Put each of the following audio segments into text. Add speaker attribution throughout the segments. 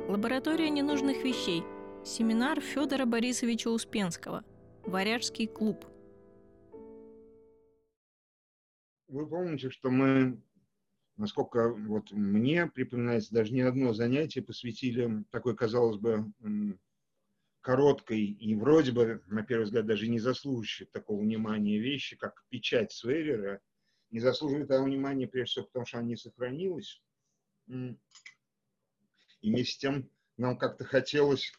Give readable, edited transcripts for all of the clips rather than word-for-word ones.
Speaker 1: Лаборатория ненужных вещей. Семинар Федора Борисовича Успенского. Варяжский клуб.
Speaker 2: Вы помните, что мы, насколько вот мне припоминается, даже не одно занятие посвятили такой, казалось бы, короткой и вроде бы, на первый взгляд, даже не заслуживающей такого внимания вещи, как печать Сверера. Не заслуживает того внимания, прежде всего, потому что она не сохранилась. И вместе с тем нам как-то хотелось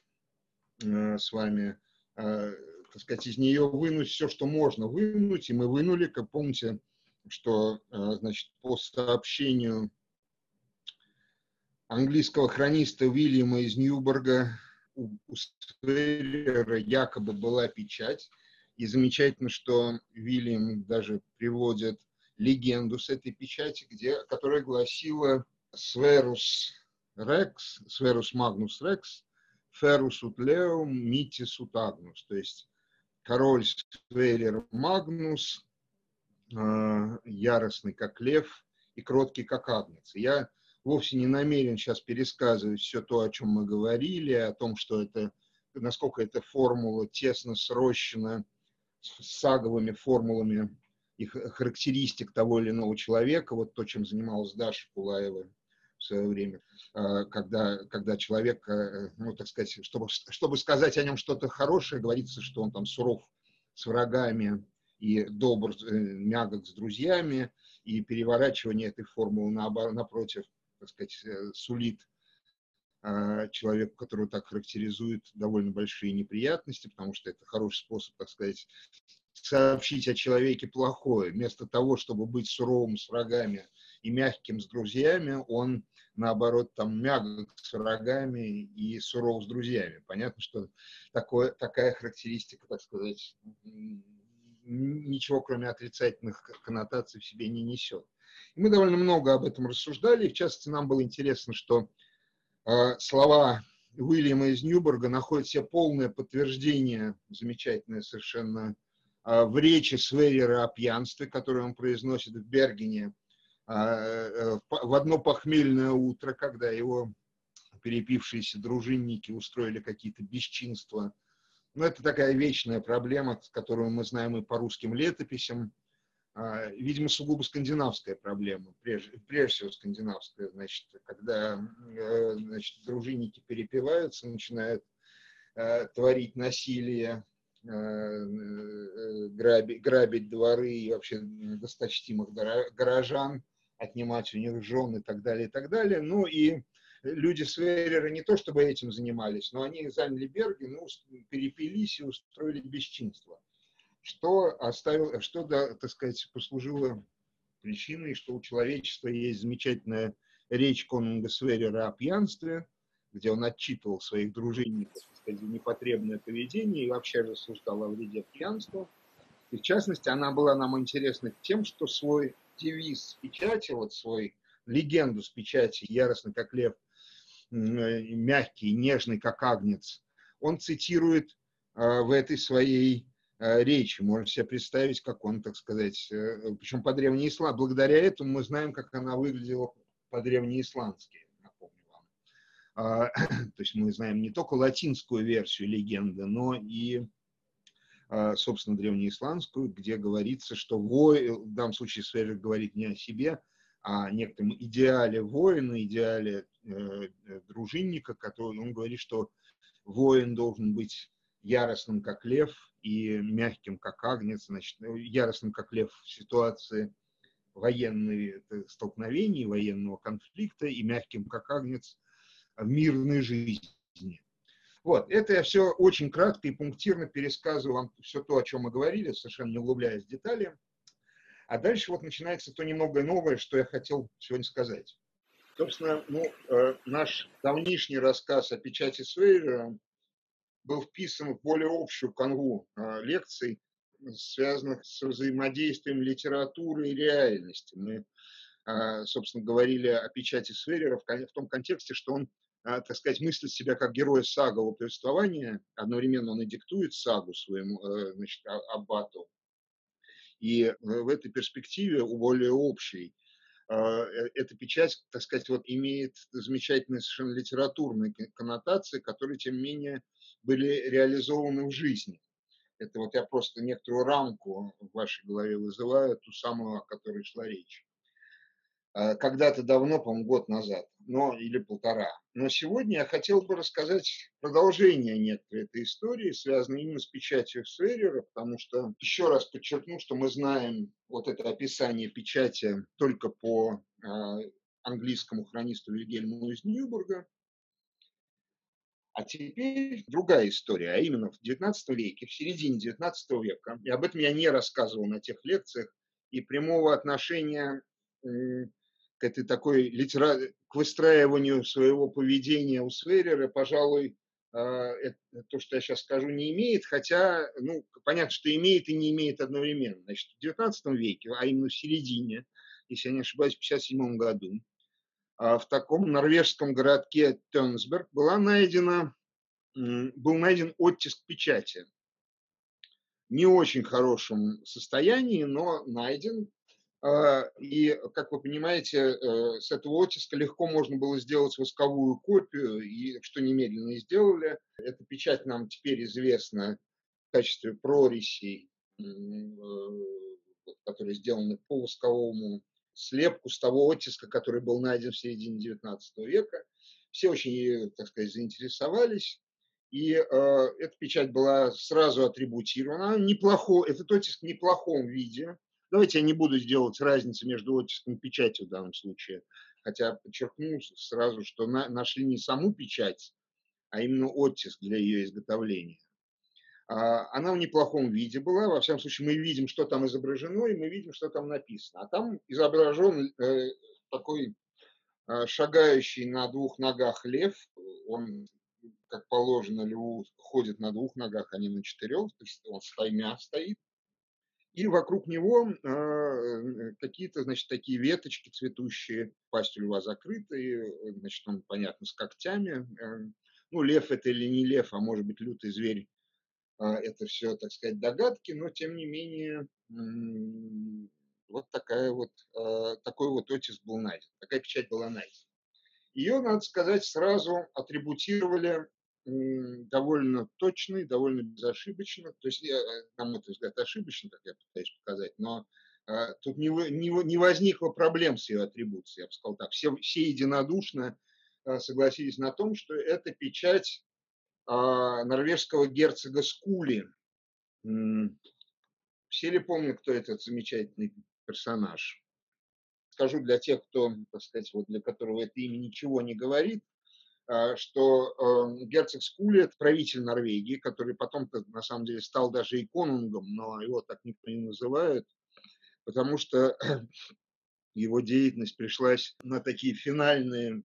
Speaker 2: с вами, так сказать, из нее вынуть все, что можно вынуть. И мы вынули, как помните, что, значит, по сообщению английского хрониста Уильяма из Ньюборга у Сверера якобы была печать. И замечательно, что Уильям даже приводит легенду с этой печати, которая гласила «Сверус Рекс, Сверус Магнус Рекс, Ферус ут Леум, Митис ут Агнус», то есть король Сверер Магнус, яростный как лев и кроткий как агнец. Я вовсе не намерен сейчас пересказывать все то, о чем мы говорили, о том, что это, насколько эта формула тесно срощена с саговыми формулами их характеристик того или иного человека, вот то, чем занималась Даша Пулаева в свое время, когда человек, ну, так сказать, чтобы сказать о нем что-то хорошее, говорится, что он там суров с врагами и добр, мягок с друзьями, и переворачивание этой формулы напротив, так сказать, сулит человеку, которого так характеризует, довольно большие неприятности, потому что это хороший способ, так сказать, сообщить о человеке плохое. Вместо того, чтобы быть суровым с врагами и мягким с друзьями, он, наоборот, там мягок с врагами и суров с друзьями. Понятно, что такая характеристика, так сказать, ничего, кроме отрицательных коннотаций, в себе не несет. И мы довольно много об этом рассуждали, и в частности, нам было интересно, что слова Уильяма из Ньюборга находят себе полное подтверждение, замечательное совершенно, в речи Сверера о пьянстве, которую он произносит в Бергене в одно похмельное утро, когда его перепившиеся дружинники устроили какие-то бесчинства. Но это такая вечная проблема, которую мы знаем и по русским летописям. Видимо, сугубо скандинавская проблема, прежде всего скандинавская, значит, когда, значит, дружинники перепиваются, начинают творить насилие, грабить дворы и вообще досточтимых горожан, отнимать у них жен и так далее, и так далее. Ну и люди Сверера не то чтобы этим занимались, но они заняли Берген, ну, перепились и устроили бесчинство. Что, да, так сказать, послужило причиной, что у человечества есть замечательная речь конунга Сверера о пьянстве, где он отчитывал своих дружинников, так сказать, за непотребное поведение и вообще рассуждал о вреде пьянства. И в частности, она была нам интересна тем, что свой девиз с печати, вот свой легенду с печати «Яростный как лев, мягкий, нежный как агнец», он цитирует в этой своей речи. Можно себе представить, как он, так сказать, причем по-древнеисландски. Благодаря этому мы знаем, как она выглядела по-древнеисландски, напомню вам. То есть мы знаем не только латинскую версию легенды, но и, собственно, древнеисландскую, где говорится, что в данном случае Сверер говорит не о себе, а о некотором идеале воина, идеале дружинника, который он говорит, что воин должен быть яростным, как лев, и мягким, как агнец, значит, яростным, как лев в ситуации военных столкновений, военного конфликта, и мягким, как агнец в мирной жизни. Вот, это я все очень кратко и пунктирно пересказываю вам все то, о чем мы говорили, совершенно не углубляясь в детали. А дальше вот начинается то немногое новое, что я хотел сегодня сказать. Собственно, наш давнишний рассказ о печати Сверера был вписан в более общую канву лекций, связанных с взаимодействием литературы и реальности. Мы, собственно, говорили о печати Сверера в том контексте, что он, так сказать, мыслит себя как героя сагового повествования, одновременно он и диктует сагу своему, значит, аббату. И в этой перспективе, более общей, эта печать, так сказать, вот имеет замечательные совершенно литературные коннотации, которые, тем не менее, были реализованы в жизни. Это вот я просто некоторую рамку в вашей голове вызываю, ту самую, о которой шла речь. Когда-то давно, по-моему, год назад, или полтора. Но сегодня я хотел бы рассказать продолжение некоторой этой истории, связанной именно с печатью Сверера, потому что еще раз подчеркну, что мы знаем вот это описание печати только по английскому хронисту Вильгельму из Ньюбурга. А теперь другая история, а именно в XIX веке, в середине XIX века, и об этом я не рассказывал на тех лекциях, и прямого отношения к этой такой к выстраиванию своего поведения у Сверера, пожалуй, то, что я сейчас скажу, не имеет, хотя, понятно, что имеет и не имеет одновременно. Значит, в XIX веке, а именно в середине, если я не ошибаюсь, в 1957 году, в таком норвежском городке Тёнсберг был найден оттиск печати. Не очень хорошем состоянии, но найден. И, как вы понимаете, с этого оттиска легко можно было сделать восковую копию, и что немедленно и сделали. Эта печать нам теперь известна в качестве прорисей, которые сделаны по восковому слепку с того оттиска, который был найден в середине XIX века. Все очень, так сказать, заинтересовались. И эта печать была сразу атрибутирована. Этот оттиск в неплохом виде. Давайте я не буду делать разницы между оттиском и печатью в данном случае. Хотя подчеркну сразу, что нашли не саму печать, а именно оттиск для ее изготовления. Она в неплохом виде была. Во всяком случае, мы видим, что там изображено, и мы видим, что там написано. А там изображен такой шагающий на двух ногах лев. Он, как положено, льву ходит на двух ногах, а не на четырех. То есть он стоймя стоит. И вокруг него какие-то, значит, такие веточки цветущие, пасть у льва закрытые, значит, он, понятно, с когтями. Лев это или не лев, а может быть, лютый зверь. Это все, так сказать, догадки, но, тем не менее, вот такой вот оттиск был найден, такая печать была найдена. Ее, надо сказать, сразу атрибутировали довольно точно и довольно безошибочно. То есть, на мой взгляд, ошибочно, как я пытаюсь показать, но тут не возникло проблем с ее атрибуцией, я бы сказал так. Все единодушно согласились на том, что это печать норвежского герцога Скули. Все ли помнят, кто этот замечательный персонаж? Скажу для тех, кто, так сказать, вот для которого это имя ничего не говорит, что герцог Скули – это правитель Норвегии, который потом-то на самом деле стал даже и конунгом, но его так никто не называет, потому что его деятельность пришлась на такие финальные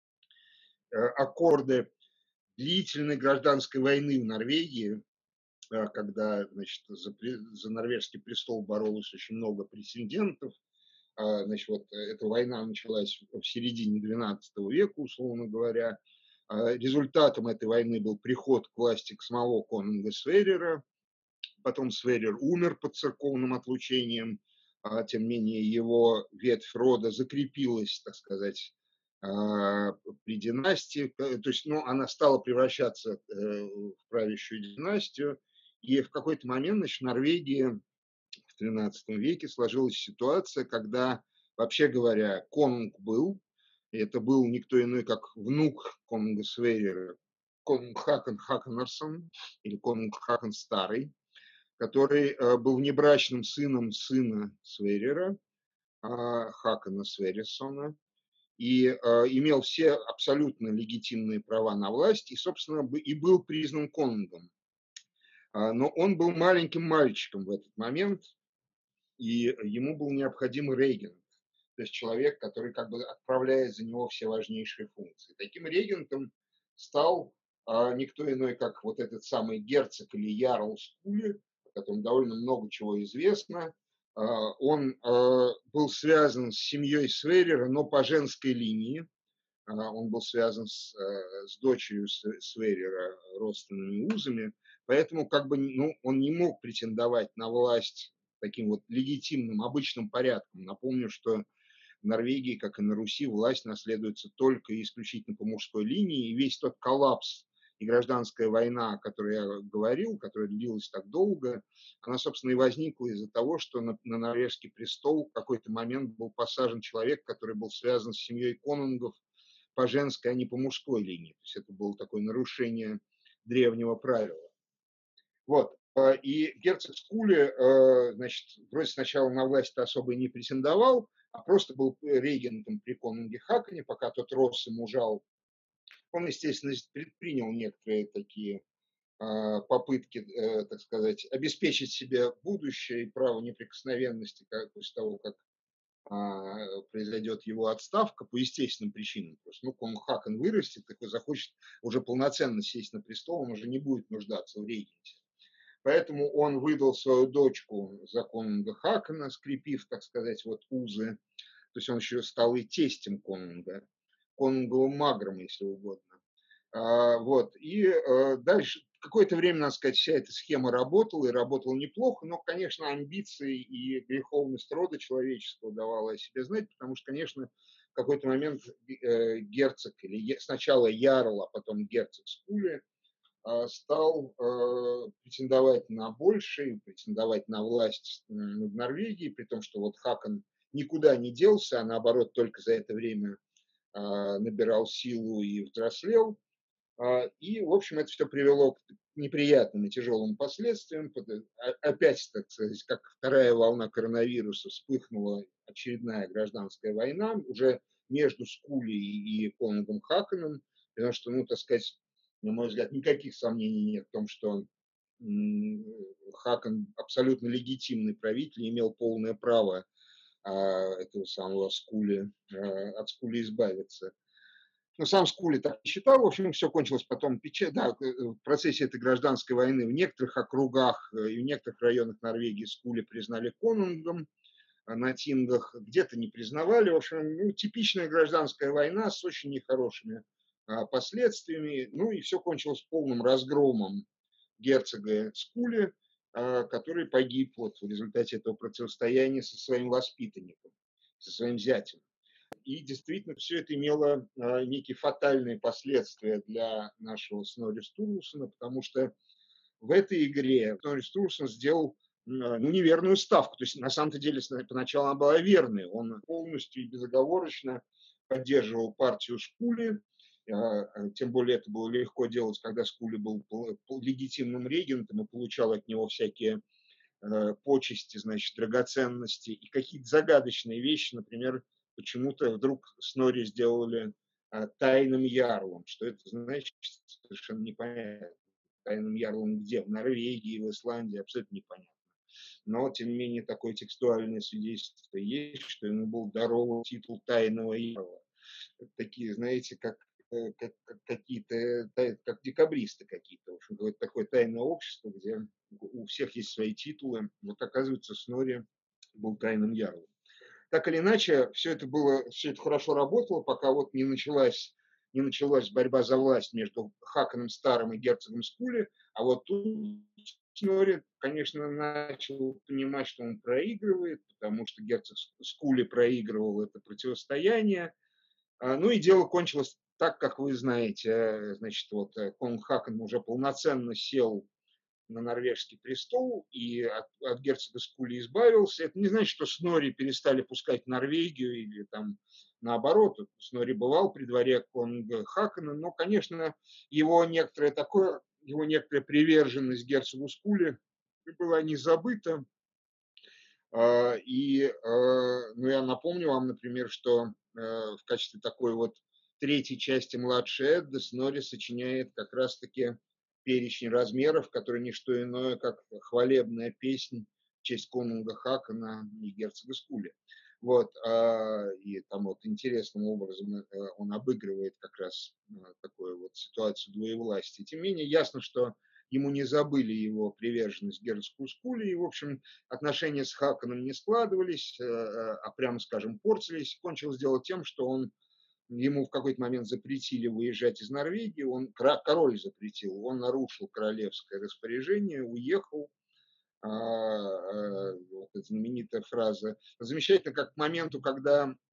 Speaker 2: аккорды длительной гражданской войны в Норвегии, когда, значит, за норвежский престол боролось очень много претендентов. Значит, вот эта война началась в середине XII века, условно говоря. Результатом этой войны был приход к власти к самого конунга Сверера. Потом Сверер умер под церковным отлучением. Тем не менее, его ветвь рода закрепилась, так сказать, при династии. То есть, она стала превращаться в правящую династию. И в какой-то момент, значит, в Норвегии в XIII веке сложилась ситуация, когда, вообще говоря, конунг был, и это был никто иной, как внук конунга Сверера, конунг Хакон Хаконарсон, или конунг Хакон Старый, который был внебрачным сыном сына Сверера, Хакона Сверрисона, и имел все абсолютно легитимные права на власть, и, собственно, и был признан конунгом. Но он был маленьким мальчиком в этот момент, и ему был необходим регент, то есть человек, который как бы отправляет за него все важнейшие функции. Таким регентом стал никто иной, как вот этот самый герцог или ярл Скули, о котором довольно много чего известно. Он был связан с семьей Сверера, но по женской линии. Он был связан с дочерью Сверера родственными узами, поэтому как бы, он не мог претендовать на власть таким вот легитимным, обычным порядком. Напомню, что в Норвегии, как и на Руси, власть наследуется только и исключительно по мужской линии, и весь тот коллапс и гражданская война, о которой я говорил, которая длилась так долго, она, собственно, и возникла из-за того, что на норвежский престол в какой-то момент был посажен человек, который был связан с семьей конунгов по женской, а не по мужской линии. То есть это было такое нарушение древнего правила. Вот. И герцог Скуле, значит, вроде сначала на власть особо и не претендовал, а просто был регентом при конунге Хаконе, пока тот рос и мужал. Он, естественно, предпринял некоторые такие попытки, так сказать, обеспечить себе будущее и право неприкосновенности после того, как произойдет его отставка по естественным причинам. Просто, ну, конунг Хакон вырастет, такой захочет уже полноценно сесть на престол, он уже не будет нуждаться в регенте. Поэтому он выдал свою дочку за конунга Хакона, скрепив, так сказать, вот узы. То есть он еще стал и тестем конунга, конунговым магром, если угодно. Вот. И дальше какое-то время, надо сказать, вся эта схема работала, и работала неплохо, но, конечно, амбиции и греховность рода человеческого давала о себе знать, потому что, конечно, в какой-то момент герцог, или сначала ярл, а потом герцог Скуле, стал претендовать на большее, претендовать на власть в Норвегии, при том, что вот Хакон никуда не делся, а наоборот только за это время набирал силу и взрослел. И, в общем, это все привело к неприятным и тяжелым последствиям. Опять, так сказать, как вторая волна коронавируса, вспыхнула очередная гражданская война уже между Скулей и конунгом Хаконом, потому что, ну, так сказать, на мой взгляд, никаких сомнений нет в том, что Хакон абсолютно легитимный правитель, имел полное право этого самого Скули, от Скули избавиться. Но сам Скули так не считал. В общем, все кончилось потом да, в процессе этой гражданской войны. В некоторых округах и в некоторых районах Норвегии Скули признали конунгом на тингах, где-то не признавали. В общем, ну, типичная гражданская война с очень нехорошими последствиями. Ну и все кончилось полным разгромом герцога Скули, который погиб вот в результате этого противостояния со своим воспитанником, со своим зятем. И действительно все это имело некие фатальные последствия для нашего Снорри Стурлсона, потому что в этой игре Снорри Стурлсон сделал ну, неверную ставку. То есть на самом-то деле поначалу она была верной. Он полностью и безоговорочно поддерживал партию Скули. Тем более это было легко делать, когда Скули был легитимным регентом и получал от него всякие почести, значит, драгоценности и какие-то загадочные вещи, например, почему-то вдруг Снорри сделали тайным ярлом. Что это значит, совершенно непонятно. Тайным ярлом где? В Норвегии, в Исландии, абсолютно непонятно. Но, тем не менее, такое текстуальное свидетельство есть, что ему был дарован титул тайного ярла. Такие, знаете, как какие-то, как декабристы какие-то. В общем, это такое тайное общество, где у всех есть свои титулы. Вот, оказывается, Снорри был тайным ярлом. Так или иначе, все это хорошо работало, пока вот не началась борьба за власть между Хаконом Старым и герцогом Скули, а вот тут Снорри, конечно, начал понимать, что он проигрывает, потому что герцог Скули проигрывал это противостояние. Ну и дело кончилось так, как вы знаете. Значит, вот конунг Хакон уже полноценно сел на норвежский престол и от герцога Скули избавился. Это не значит, что Снорри перестали пускать в Норвегию или там наоборот. Снорри бывал при дворе конунга Хакона, но, конечно, его некоторая приверженность герцогу Скули была не забыта. И ну, я напомню вам, например, что в качестве такой вот третьей части младшей Эдды Снорри сочиняет как раз-таки перечень размеров, который не что иное, как хвалебная песнь в честь конунга Хакона и герцога Скули. Вот, и там вот интересным образом он обыгрывает как раз такую вот ситуацию двоевластия. Тем не менее, ясно, что ему не забыли его приверженность герцогу Скули, и, в общем, отношения с Хаконом не складывались, а прямо скажем, портились. Кончилось дело тем, что ему в какой-то момент запретили выезжать из Норвегии, король запретил, он нарушил королевское распоряжение, уехал. Вот эта знаменитая фраза. Замечательно, как к моменту, когда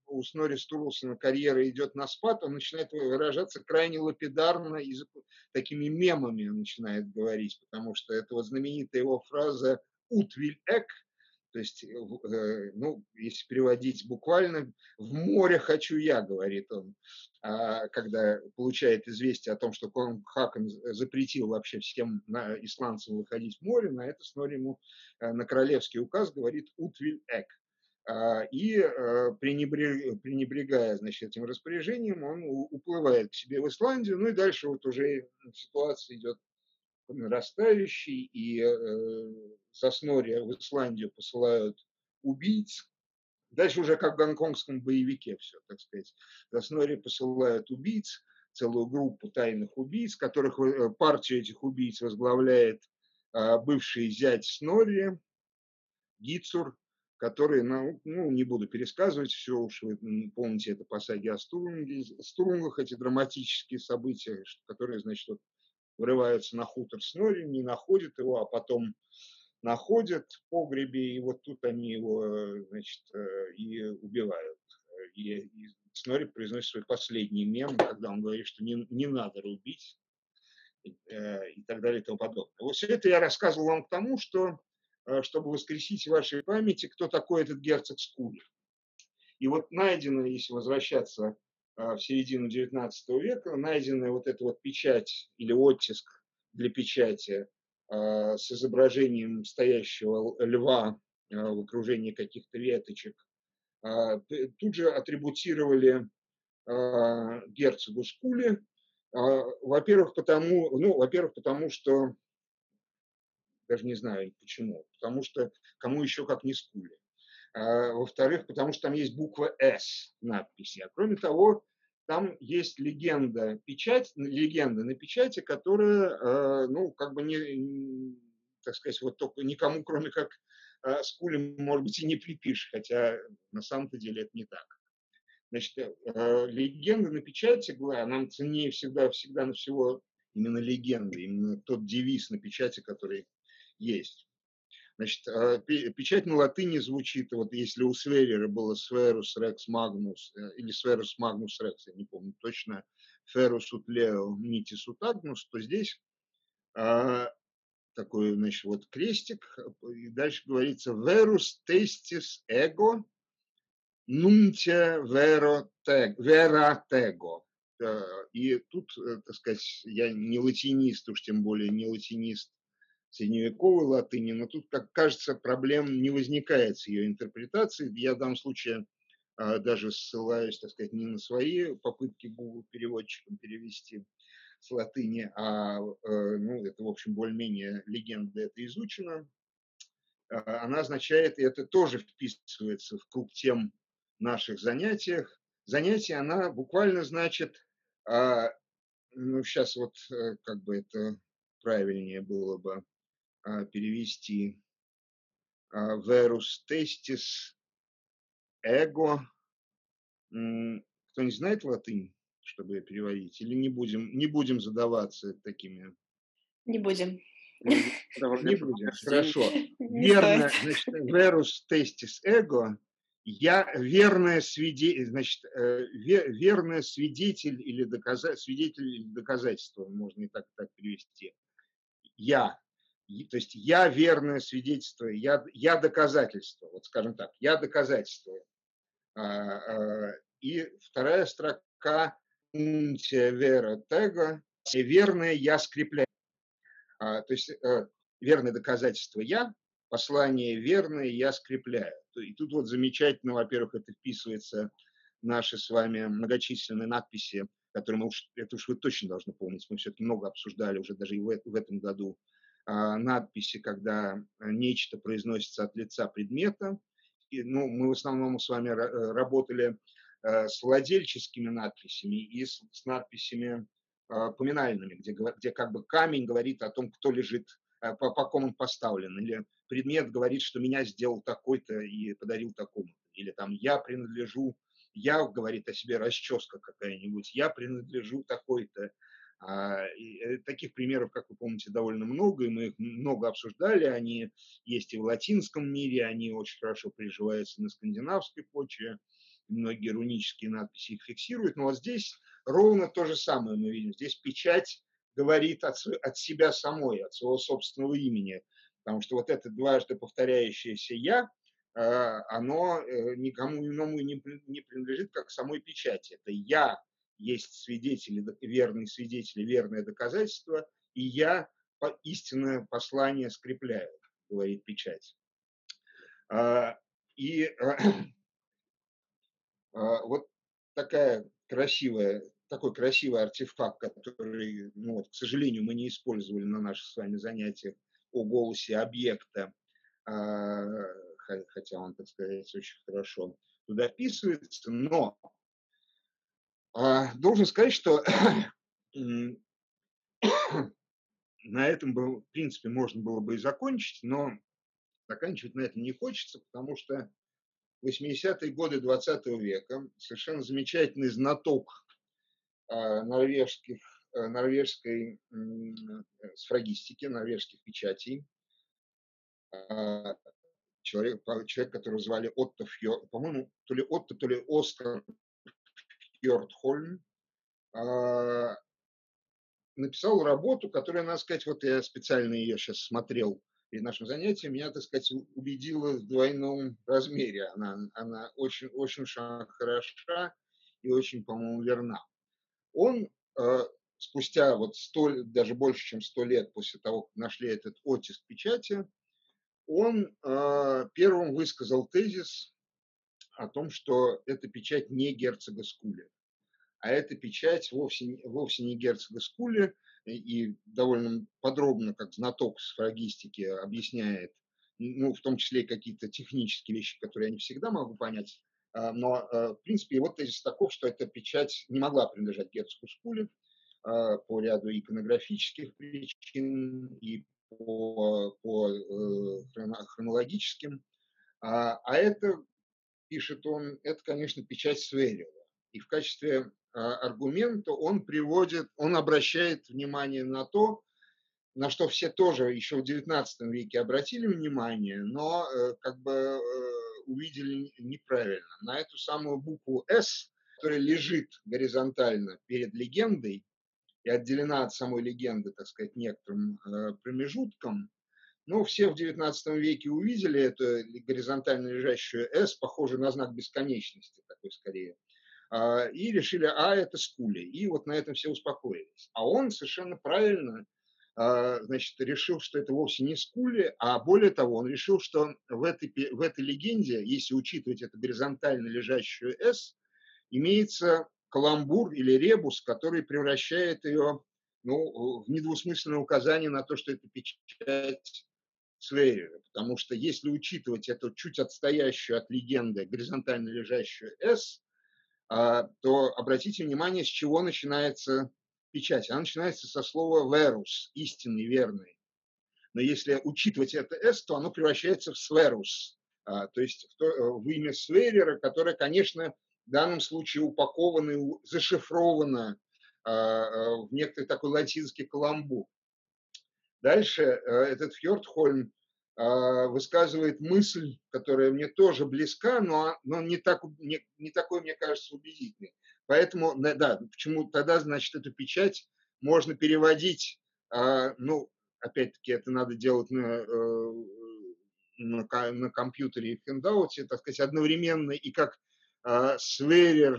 Speaker 2: у Снорри Стурлсона карьера идет на спад, он начинает выражаться крайне лапидарно и такими мемами он начинает говорить, потому что это вот знаменитая его фраза «Утвиль эк», то есть, ну, если переводить буквально, «в море хочу я», говорит он, когда получает известие о том, что Хакон запретил вообще всем исландцам выходить в море, на это Снорри ему на королевский указ говорит «Утвиль эк». И пренебрегая, значит, этим распоряжением, он уплывает к себе в Исландию, ну и дальше вот уже ситуация идет нарастающей, и со Снорри в Исландию посылают убийц. Дальше уже как в гонконгском боевике все, так сказать. За Снорри посылают убийц, целую группу тайных убийц, которых партию этих убийц возглавляет бывший зять Снорри, Гицур, который, ну, не буду пересказывать, все уж вы помните это по саге о Стурунгах, эти драматические события, которые, значит, вот, врываются на хутор Снорри, не находят его, а потом находят в погребе, и вот тут они его, значит, и убивают. И Снорри произносит свой последний мем, когда он говорит, что не надо рубить, и так далее и тому подобное. Вот все это я рассказывал вам к тому, что чтобы воскресить в вашей памяти, кто такой этот герцог Скули. И вот найдено, если возвращаться в середину XIX века, найдена вот эта вот печать или оттиск для печати с изображением стоящего льва в окружении каких-то веточек. Тут же атрибутировали герцогу Скули, во-первых, потому что, даже не знаю почему, потому что кому еще как не Скули. Во-вторых, потому что там есть буква «С» в надписи. А кроме того, там есть легенда на печати, которая, ну, как бы не, так сказать, вот только никому, кроме как Скули, может быть, и не припишешь, хотя на самом-то деле это не так. Значит, легенда на печати, нам ценнее всегда на всего именно легенда, именно тот девиз на печати, который есть. Значит, печать на латыни звучит, вот если у Сверера было Сверус Рекс Магнус, или Сверус Магнус Рекс, я не помню точно, Ферус ут Лео Нитис ут Агнус, то здесь такой, значит, вот крестик, и дальше говорится Verus testis ego nuntia vera tego. И тут, так сказать, я не латинист, уж тем более не латинист средневековой латыни, но тут, как кажется, проблем не возникает с ее интерпретацией. Я в данном случае даже ссылаюсь, так сказать, не на свои попытки Google переводчиком перевести с латыни, ну, это, в общем, более-менее легенда это изучена. Она означает, и это тоже вписывается в круг тем наших занятиях. Занятие, она буквально значит, ну, сейчас вот как бы это правильнее было бы перевести, verus testis ego. Кто-нибудь знает латынь, чтобы переводить? Или не будем задаваться такими?
Speaker 3: Не будем.
Speaker 2: Не будем, хорошо.
Speaker 3: Не
Speaker 2: Верно,
Speaker 3: стоит.
Speaker 2: значит, verus testis ego, я верный свидетель, значит, верный свидетель или доказательство, можно и так перевести. Я, то есть я верное свидетельство, я доказательство, вот скажем так, я доказательство. И вторая строка вера тега, верное я скрепляю. То есть верное доказательство я, послание верное я скрепляю. И тут вот замечательно, во-первых, это вписывается в наши с вами многочисленные надписи, которые это уж вы точно должны помнить, мы все-таки много обсуждали уже даже и в этом году, надписи, когда нечто произносится от лица предмета. И, ну, мы в основном с вами работали с владельческими надписями и с надписями поминальными, где как бы камень говорит о том, кто лежит, по ком он поставлен, или предмет говорит, что меня сделал такой-то и подарил такому, или там я принадлежу, я говорит о себе расческа какая-нибудь, я принадлежу такой-то. Таких примеров, как вы помните, довольно много, и мы их много обсуждали. Они есть и в латинском мире, они очень хорошо приживаются на скандинавской почве. многие рунические надписи их фиксируют. Но вот здесь ровно то же самое мы видим. Здесь печать говорит от себя самой, от своего собственного имени. Потому что вот это дважды повторяющееся «я», оно никому иному не принадлежит, как самой печати. Это «я» есть свидетели, верные свидетели, верное доказательство, и «я» истинное послание скрепляю, говорит печать. И вот такой красивый артефакт, который, ну, вот, к сожалению, мы не использовали на наших с вами занятиях о голосе объекта, хотя он, так сказать, очень хорошо туда вписывается, но должен сказать, что на этом бы, в принципе, можно было бы и закончить, но заканчивать на этом не хочется, потому что в 80-е годы 20 века совершенно замечательный знаток норвежской сфрагистики, норвежских печатей, человек, которого звали Отто Фьорд, по-моему, то ли Отто, то ли Оскар Фьордхольм, написал работу, которая, надо сказать, вот я специально ее сейчас смотрел перед нашим занятием, меня, так сказать, убедила в двойном размере. Она очень, очень хороша и очень, по-моему, верна. Он спустя вот даже больше, чем 100 лет после того, как нашли этот оттиск печати, он первым высказал тезис о том, что эта печать не герцога Скулли. А эта печать вовсе не герцога Скулли, и довольно подробно, как знаток сфрагистики, объясняет, ну, в том числе и какие-то технические вещи, которые я не всегда могу понять, но, в принципе, его тезис таков, что эта печать не могла принадлежать герцогу Скулли по ряду иконографических причин и по хронологическим. Это, пишет он, это, конечно, печать Сверила. И в качестве аргумента он обращает внимание на то, на что все тоже еще в XIX веке обратили внимание, но как бы увидели неправильно. На эту самую букву «С», которая лежит горизонтально перед легендой и отделена от самой легенды, так сказать, некоторым промежутком, ну, все в XIX веке увидели эту горизонтально лежащую «С», похожую на знак бесконечности, такой скорее, и решили, это Скулли. И вот на этом все успокоились. А он совершенно правильно, значит, решил, что это вовсе не Скулли, а более того, он решил, что в этой легенде, если учитывать эту горизонтально лежащую «С», имеется каламбур или ребус, который превращает ее, ну, в недвусмысленное указание на то, что это печать Свейрера, потому что если учитывать эту чуть отстоящую от легенды горизонтально лежащую «С», то обратите внимание, с чего начинается печать. Она начинается со слова «верус», истинный, верный. Но если учитывать это «с», то оно превращается в «сверус», то есть в имя Свейрера, которое, конечно, в данном случае упаковано и зашифровано в некоторый такой латинский каламбур. Дальше этот Фьордхольм высказывает мысль, которая мне тоже близка, но не такой, мне кажется, убедительной. Поэтому, да, почему тогда, значит, эту печать можно переводить, ну, опять-таки, это надо делать на компьютере и в хендауте, так сказать, одновременно и как сверер,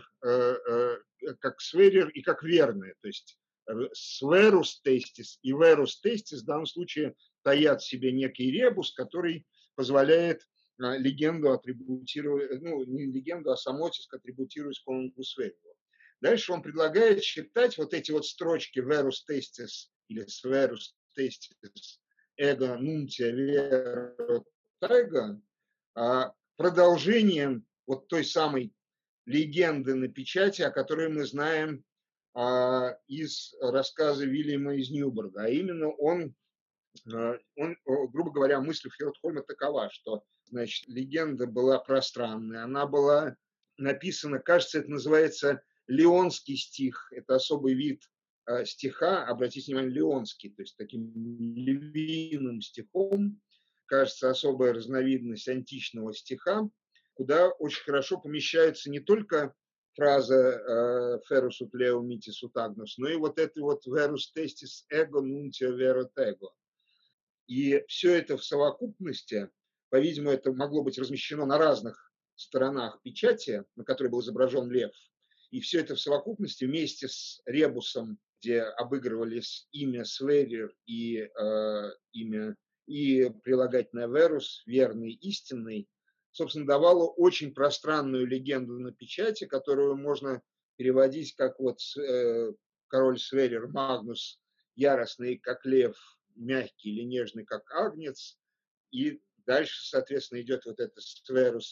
Speaker 2: и как верное. То есть сверус тестис и верус тестис в данном случае таят в себе некий ребус, который позволяет легенду атрибутировать, ну, не легенду, а сам оттиск атрибутировать конунгу Сверилу. Дальше он предлагает считать вот эти вот строчки verus testis или sverus testis ego nuntia vero taiga продолжением вот той самой легенды на печати, о которой мы знаем из рассказа Вильяма из Ньюборга. А именно он, грубо говоря, мысль Фьордхольма такова, что, значит, легенда была пространная, она была написана, кажется, это называется леонский стих, это особый вид стиха, обратите внимание, леонский, то есть таким львиным стихом, кажется, особая разновидность античного стиха, куда очень хорошо помещается не только фраза «Ferus ut leo mitis ut agnus», но и вот это вот «Verus testis ego nuntio vero tego». И все это в совокупности, по-видимому, это могло быть размещено на разных сторонах печати, на которой был изображен лев, и все это в совокупности вместе с ребусом, где обыгрывались имя Сверер и имя и прилагательное верус, верный, истинный, собственно, давало очень пространную легенду на печати, которую можно переводить как вот король Сверер Магнус, яростный как лев, мягкий или нежный как агнец, и дальше, соответственно, идет вот это сверус,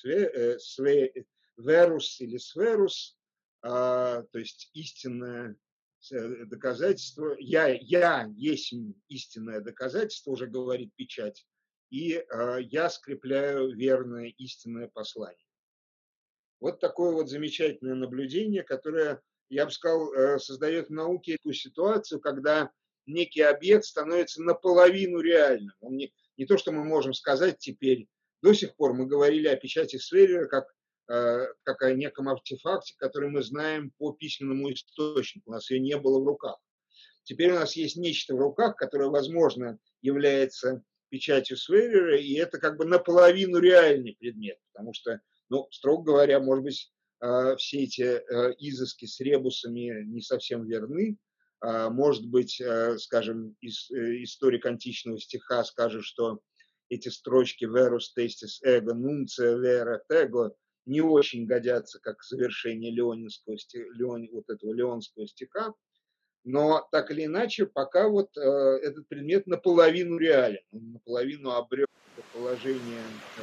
Speaker 2: верус или сверус, то есть истинное доказательство. Я есть истинное доказательство, уже говорит печать, и я скрепляю верное истинное послание. Вот такое вот замечательное наблюдение, которое, я бы сказал, создает в науке такую ситуацию, когда некий объект становится наполовину реальным. Он не то, что мы можем сказать теперь. До сих пор мы говорили о печати Сверера как о неком артефакте, который мы знаем по письменному источнику. У нас ее не было в руках. Теперь у нас есть нечто в руках, которое, возможно, является печатью Сверера, и это как бы наполовину реальный предмет, потому что, ну, строго говоря, может быть, все эти изыски с ребусами не совсем верны. Может быть, скажем, историк античного стиха скажет, что эти строчки «verus testis ego nuntia vera tego» не очень годятся как завершение вот этого леонского стиха, но так или иначе, пока вот этот предмет наполовину реален, он наполовину обрел положение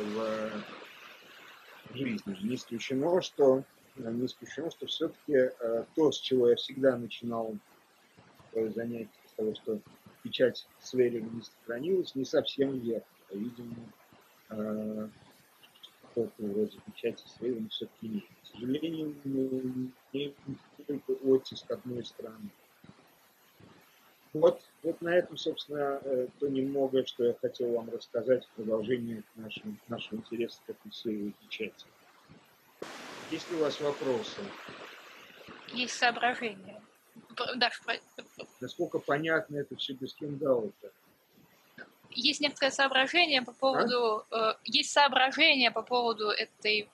Speaker 2: в жизни. Не исключено, что все-таки то, с чего я всегда начинал свое занятие, с того, что печать Сверера не сохранилась, не совсем верно. По-видимому, что-то вроде печати Сверера все-таки нет. К сожалению, мы имеем только оттиск одной страны. Вот на этом, собственно, то немного, что я хотел вам рассказать в продолжении нашего интереса к этой серии печати. Есть ли у вас вопросы?
Speaker 3: Есть соображения.
Speaker 2: Насколько понятно это все без киндаута?
Speaker 3: Есть некоторые соображения по поводу... Есть соображения по поводу этой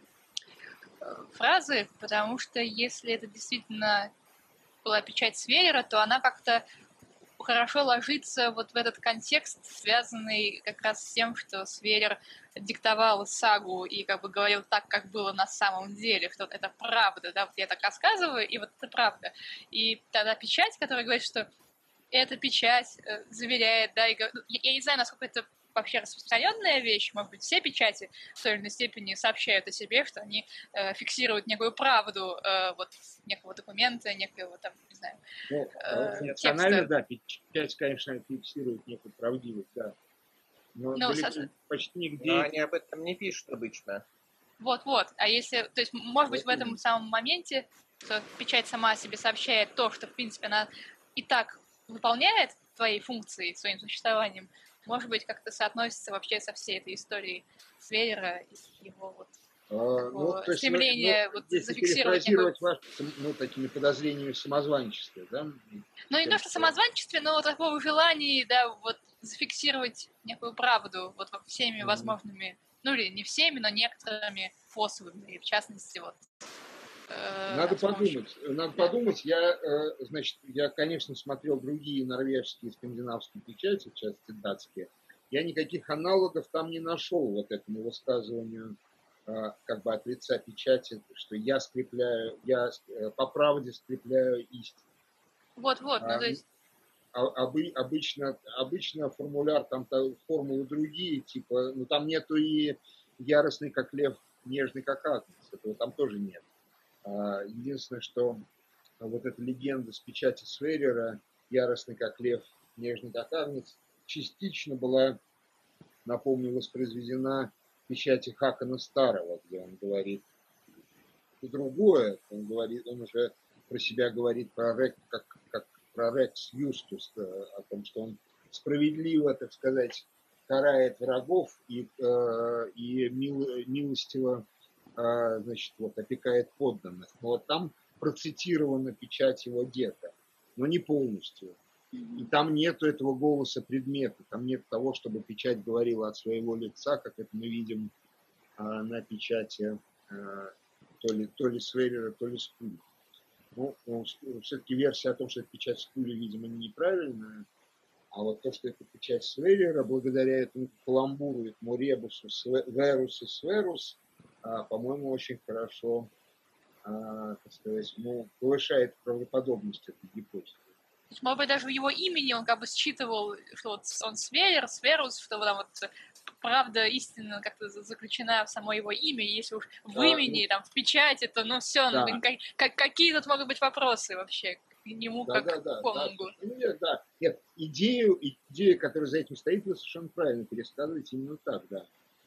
Speaker 3: фразы, потому что если это действительно была печать Сверера, то она как-то хорошо ложится вот в этот контекст, связанный как раз с тем, что Сверер диктовал сагу и как бы говорил так, как было на самом деле, что это правда, да, вот я так рассказываю, и вот это правда. И тогда печать, которая говорит, что эта печать заверяет, да, и я не знаю, насколько это вообще распространенная вещь, может быть, все печати в той или иной степени сообщают о себе, что они фиксируют некую правду вот некого документа, некого там, не знаю,
Speaker 2: текста. Да, печать, конечно, фиксирует некую правдивость, да. Но почти нигде...
Speaker 4: Но они об этом не пишут обычно.
Speaker 3: Вот. А если... То есть, может быть, в этом самом моменте, что печать сама о себе сообщает то, что, в принципе, она и так выполняет твои функции своим существованием, может быть, как-то соотносится вообще со всей этой историей Сверера и его вот стремление зафиксировать некую...
Speaker 2: Ваше, такими подозрениями в самозванчестве, да?
Speaker 3: Ну, не то, что самозванчестве, но такого желания, да, вот зафиксировать некую правду вот всеми возможными, ну или не всеми, но некоторыми способами, и в частности, вот.
Speaker 2: Надо подумать. Я, конечно, смотрел другие норвежские и скандинавские печати, в частности датские. Я никаких аналогов там не нашел вот этому высказыванию как бы от лица печати, что я по правде скрепляю истину.
Speaker 3: Вот, ну то есть...
Speaker 2: Обычно формуляр, там формулы другие, типа, ну там нету и яростный как лев, нежный как агнец, этого там тоже нет. Единственное, что вот эта легенда с печати Сверера, яростный как лев, нежный как агнец, частично была, напомню, воспроизведена в печати Хакона Старого, где он говорит другое, он уже про себя говорит как про Рекс Юстус, о том, что он справедливо, так сказать, карает врагов и милостиво значит, вот опекает подданных. Но вот там процитирована печать его деда, но не полностью. И там нету этого голоса предмета, там нет того, чтобы печать говорила от своего лица, как это мы видим на печати то ли Сверера, то ли Скули. Ну, все-таки версия о том, что это печать Скули, видимо, неправильная. А вот то, что это печать Сверера, благодаря этому каламбуру, этому ребусу Верус и Сверус, по-моему, очень хорошо, так сказать, повышает правдоподобность этой гипотезы.
Speaker 3: То есть, может быть, даже в его имени он как бы считывал, что вот он Сверер, Сверус, что там вот правда истинно как-то заключена в само его имя, и если уж в имени, там, в печати, то ну все,
Speaker 2: да.
Speaker 3: какие тут могут быть вопросы вообще к нему, как к Конунгу?
Speaker 2: Да. Нет, идея, которая за этим стоит, вы совершенно правильно пересказываете именно так, да.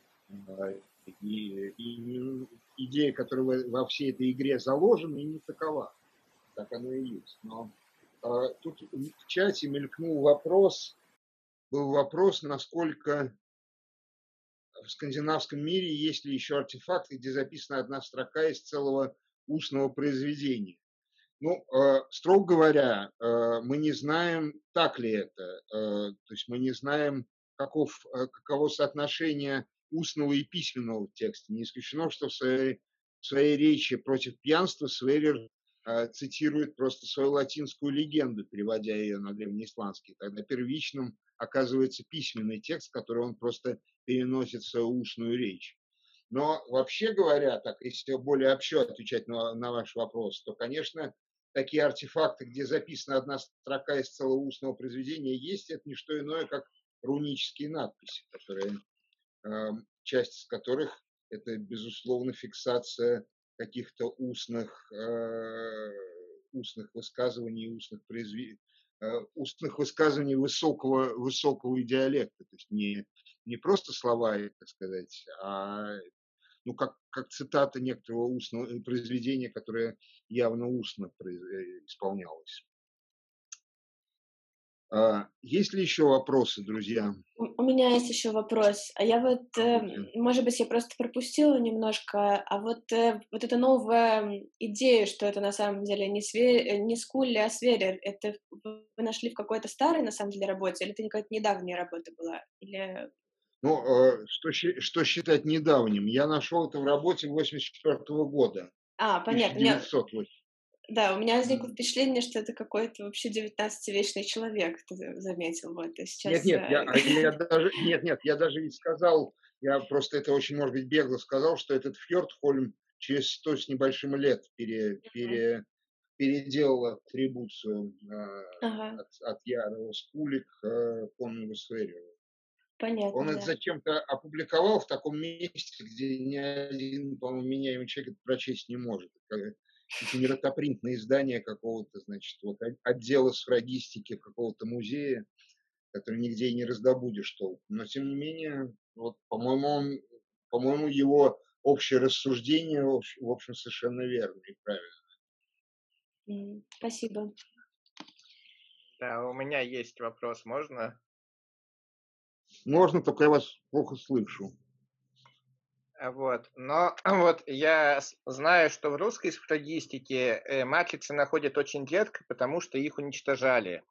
Speaker 2: И идея, которая во всей этой игре заложена, именно такова. Так оно и есть. Но тут в чате мелькнул вопрос, насколько в скандинавском мире есть ли еще артефакты, где записана одна строка из целого устного произведения. Ну, строго говоря, мы не знаем, так ли это. То есть мы не знаем, каково соотношение устного и письменного текста. Не исключено, что в своей речи против пьянства Сверер цитирует просто свою латинскую легенду, переводя ее на древнеисландский. Тогда первичным оказывается письменный текст, который он просто переносит в свою устную речь. Но вообще говоря, так если более общо отвечать на ваш вопрос, то, конечно, такие артефакты, где записана одна строка из целого устного произведения, есть. Это не что иное, как рунические надписи, часть из которых это, безусловно, фиксация каких-то устных высказываний, устных высказываний высокого диалекта. То есть не просто слова, так сказать, а как цитата некоторого устного произведения, которое явно устно исполнялось. Есть ли еще вопросы, друзья?
Speaker 5: У меня есть еще вопрос. А я вот, может быть, я просто пропустила немножко, а вот эта новая идея, что это на самом деле не Скулли, а Сверер, это вы нашли в какой-то старой, на самом деле, работе, или это какая-то недавняя работа была? Или...
Speaker 2: Ну, что считать недавним? Я нашел это в работе 1984 года.
Speaker 5: Понятно.
Speaker 2: 1908.
Speaker 5: Да, у меня возникло впечатление, что это какой-то вообще 19-вечный человек, ты заметил. Вот, и сейчас...
Speaker 2: Нет, я даже ведь сказал, я просто это очень, может быть, бегло сказал, что этот Фьордхольм через 100 с небольшим лет переделал атрибуцию от Ярова Скули к Конунгу Свереру.
Speaker 5: Понятно,
Speaker 2: Он это зачем-то опубликовал в таком месте, где ни один, по-моему, меняемый человек это прочесть не может. Это миротопринтное издание какого-то, значит, вот отдела сфрагистики какого-то музея, который нигде и не раздобудешь толком. Но, тем не менее, вот, по-моему, его общее рассуждение, в общем, совершенно верно и правильно.
Speaker 5: Спасибо.
Speaker 4: Да, у меня есть вопрос, можно?
Speaker 2: Можно, только я вас плохо слышу.
Speaker 4: Вот. Но вот я знаю, что в русской сфрагистике матрицы находят очень редко, потому что их уничтожали.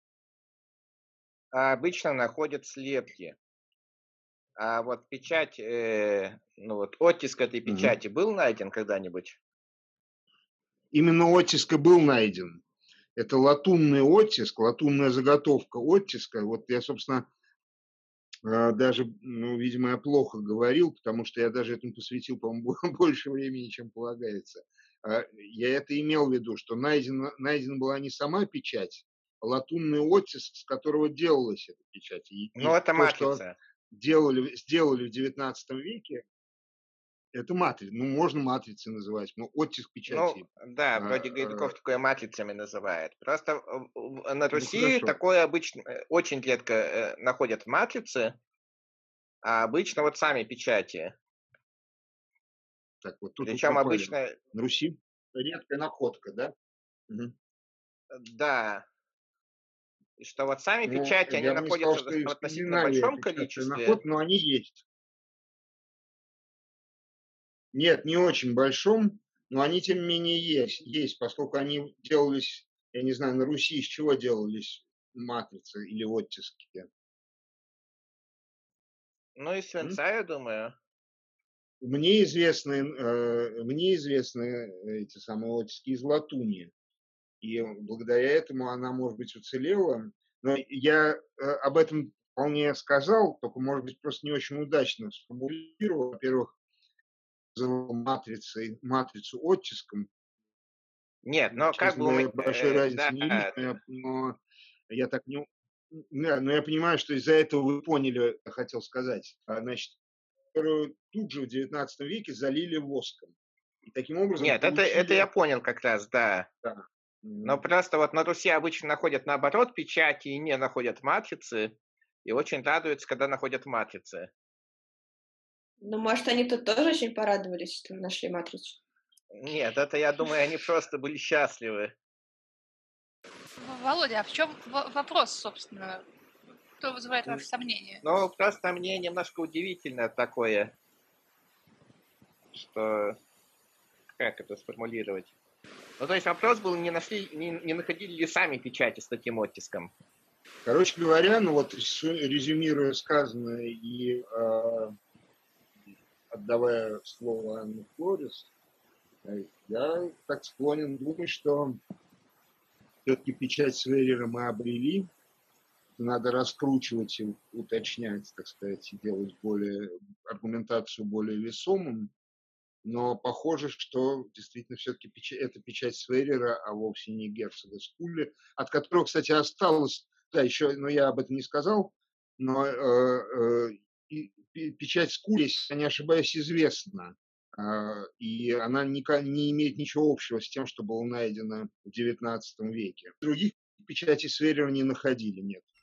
Speaker 4: А обычно находят слепки. А вот печать, оттиск этой печати был найден когда-нибудь?
Speaker 2: Именно оттиск и был найден. Это латунный оттиск, латунная заготовка оттиска. Вот я, собственно, даже, видимо, я плохо говорил, потому что я даже этому посвятил, по-моему, больше времени, чем полагается. Я это имел в виду, что найдена была не сама печать, а латунный оттиск, с которого делалась эта печать.
Speaker 4: Это матрица.
Speaker 2: Сделали в 19 веке, это матрица. Можно матрицей называть, но оттиск печати.
Speaker 4: Вроде Гайдуков такое матрицами называет. Просто на Руси такое обычно очень редко находят матрицы, а обычно вот сами печати.
Speaker 2: Так, вот тут
Speaker 4: причем обычно...
Speaker 2: На Руси редкая находка, да? Угу.
Speaker 4: Да. И что вот сами печати, они находятся в относительно большом количестве.
Speaker 2: Но они есть. Нет, не очень большом, но они, тем не менее, есть, поскольку они делались, я не знаю, на Руси из чего делались матрицы или оттиски?
Speaker 4: Ну, из свинца, я думаю.
Speaker 2: Мне известны эти самые оттиски из латуни, и благодаря этому она, может быть, уцелела. Но я об этом вполне сказал, только, может быть, просто не очень удачно сформулировал. Во-первых, назвал матрицу оттиском.
Speaker 4: Нет, но как
Speaker 2: Честно
Speaker 4: бы
Speaker 2: говоря, большой разницы не
Speaker 4: да,
Speaker 2: вижу, но я так не... Да, но я понимаю, что из-за этого вы поняли, что я хотел сказать. Значит, которую тут же в XIX веке залили воском. И таким образом
Speaker 4: нет, это я
Speaker 2: получили...
Speaker 4: понял как раз, да.
Speaker 2: Да.
Speaker 4: Но просто вот на Руси обычно находят наоборот печати и не находят матрицы, и очень радуются, когда находят матрицы.
Speaker 5: Ну, может, они тут тоже очень порадовались, что мы нашли матрицу?
Speaker 4: Нет, это, я думаю, они просто были счастливы.
Speaker 3: Володя, а в чем вопрос, собственно? Кто вызывает ваши сомнения?
Speaker 4: Ну, просто мне немножко удивительно такое, что... Как это сформулировать? Ну, то есть вопрос был, не находили ли сами печати с таким оттиском?
Speaker 2: Короче говоря, ну вот резюмируя сказанное и отдавая слово Анне Флорис, я так склонен думать, что все-таки печать Сверера мы обрели. Надо раскручивать и уточнять, так сказать, и делать аргументацию более весомым. Но похоже, что действительно все-таки это печать Сверера, а вовсе не герцога Скулли, от которого, кстати, осталось, да, еще, но я об этом не сказал, но печать Скулли, если я не ошибаюсь, известна. И она не имеет ничего общего с тем, что было найдено в XIX веке. Других печатей Сверера не находили, нет.